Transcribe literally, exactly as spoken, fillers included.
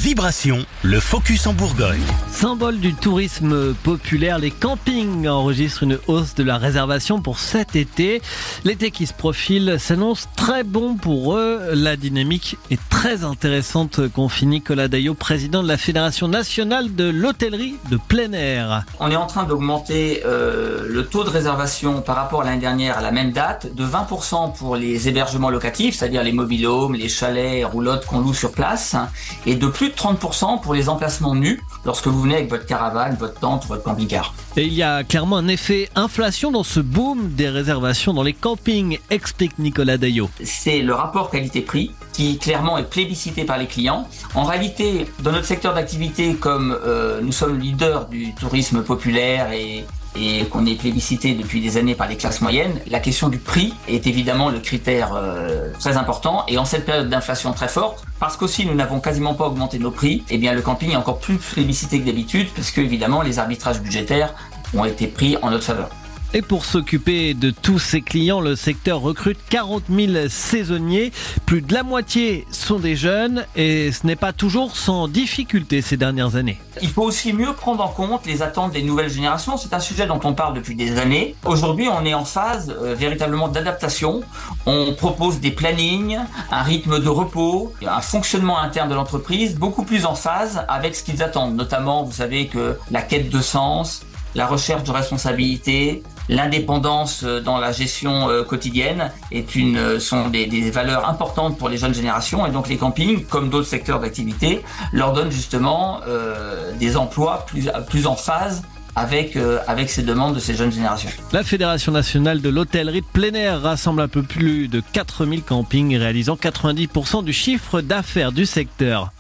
Vibration, le focus en Bourgogne. Symbole du tourisme populaire, les campings enregistrent une hausse de la réservation pour cet été. L'été qui se profile s'annonce très bon pour eux. La dynamique est très intéressante, confie Nicolas Daillot, président de la Fédération nationale de l'hôtellerie de plein air. On est en train d'augmenter euh, le taux de réservation par rapport à l'année dernière à la même date, de vingt pour cent pour les hébergements locatifs, c'est-à-dire les mobil-homes, les chalets, roulottes qu'on loue sur place, et de plus de trente pour cent pour les emplacements nus lorsque vous venez avec votre caravane, votre tente, votre camping-car. Et il y a clairement un effet inflation dans ce boom des réservations dans les campings, explique Nicolas Daillot. C'est le rapport qualité-prix qui clairement est plébiscité par les clients. En réalité, dans notre secteur d'activité, comme euh, nous sommes leaders du tourisme populaire et et qu'on est plébiscité depuis des années par les classes moyennes, la question du prix est évidemment le critère euh, très important. Et en cette période d'inflation très forte, parce qu'aussi nous n'avons quasiment pas augmenté nos prix, eh bien le camping est encore plus plébiscité que d'habitude, parce que évidemment les arbitrages budgétaires ont été pris en notre faveur. Et pour s'occuper de tous ses clients, le secteur recrute quarante mille saisonniers. Plus de la moitié sont des jeunes et ce n'est pas toujours sans difficulté ces dernières années. Il faut aussi mieux prendre en compte les attentes des nouvelles générations. C'est un sujet dont on parle depuis des années. Aujourd'hui, on est en phase euh, véritablement d'adaptation. On propose des plannings, un rythme de repos, un fonctionnement interne de l'entreprise beaucoup plus en phase avec ce qu'ils attendent. Notamment, vous savez que la quête de sens, la recherche de responsabilité, l'indépendance dans la gestion quotidienne est une, sont des, des valeurs importantes pour les jeunes générations, et donc les campings, comme d'autres secteurs d'activité, leur donnent justement euh, des emplois plus, plus en phase avec, euh, avec ces demandes de ces jeunes générations. La Fédération nationale de l'hôtellerie de plein air rassemble un peu plus de quatre mille campings réalisant quatre-vingt-dix pour cent du chiffre d'affaires du secteur.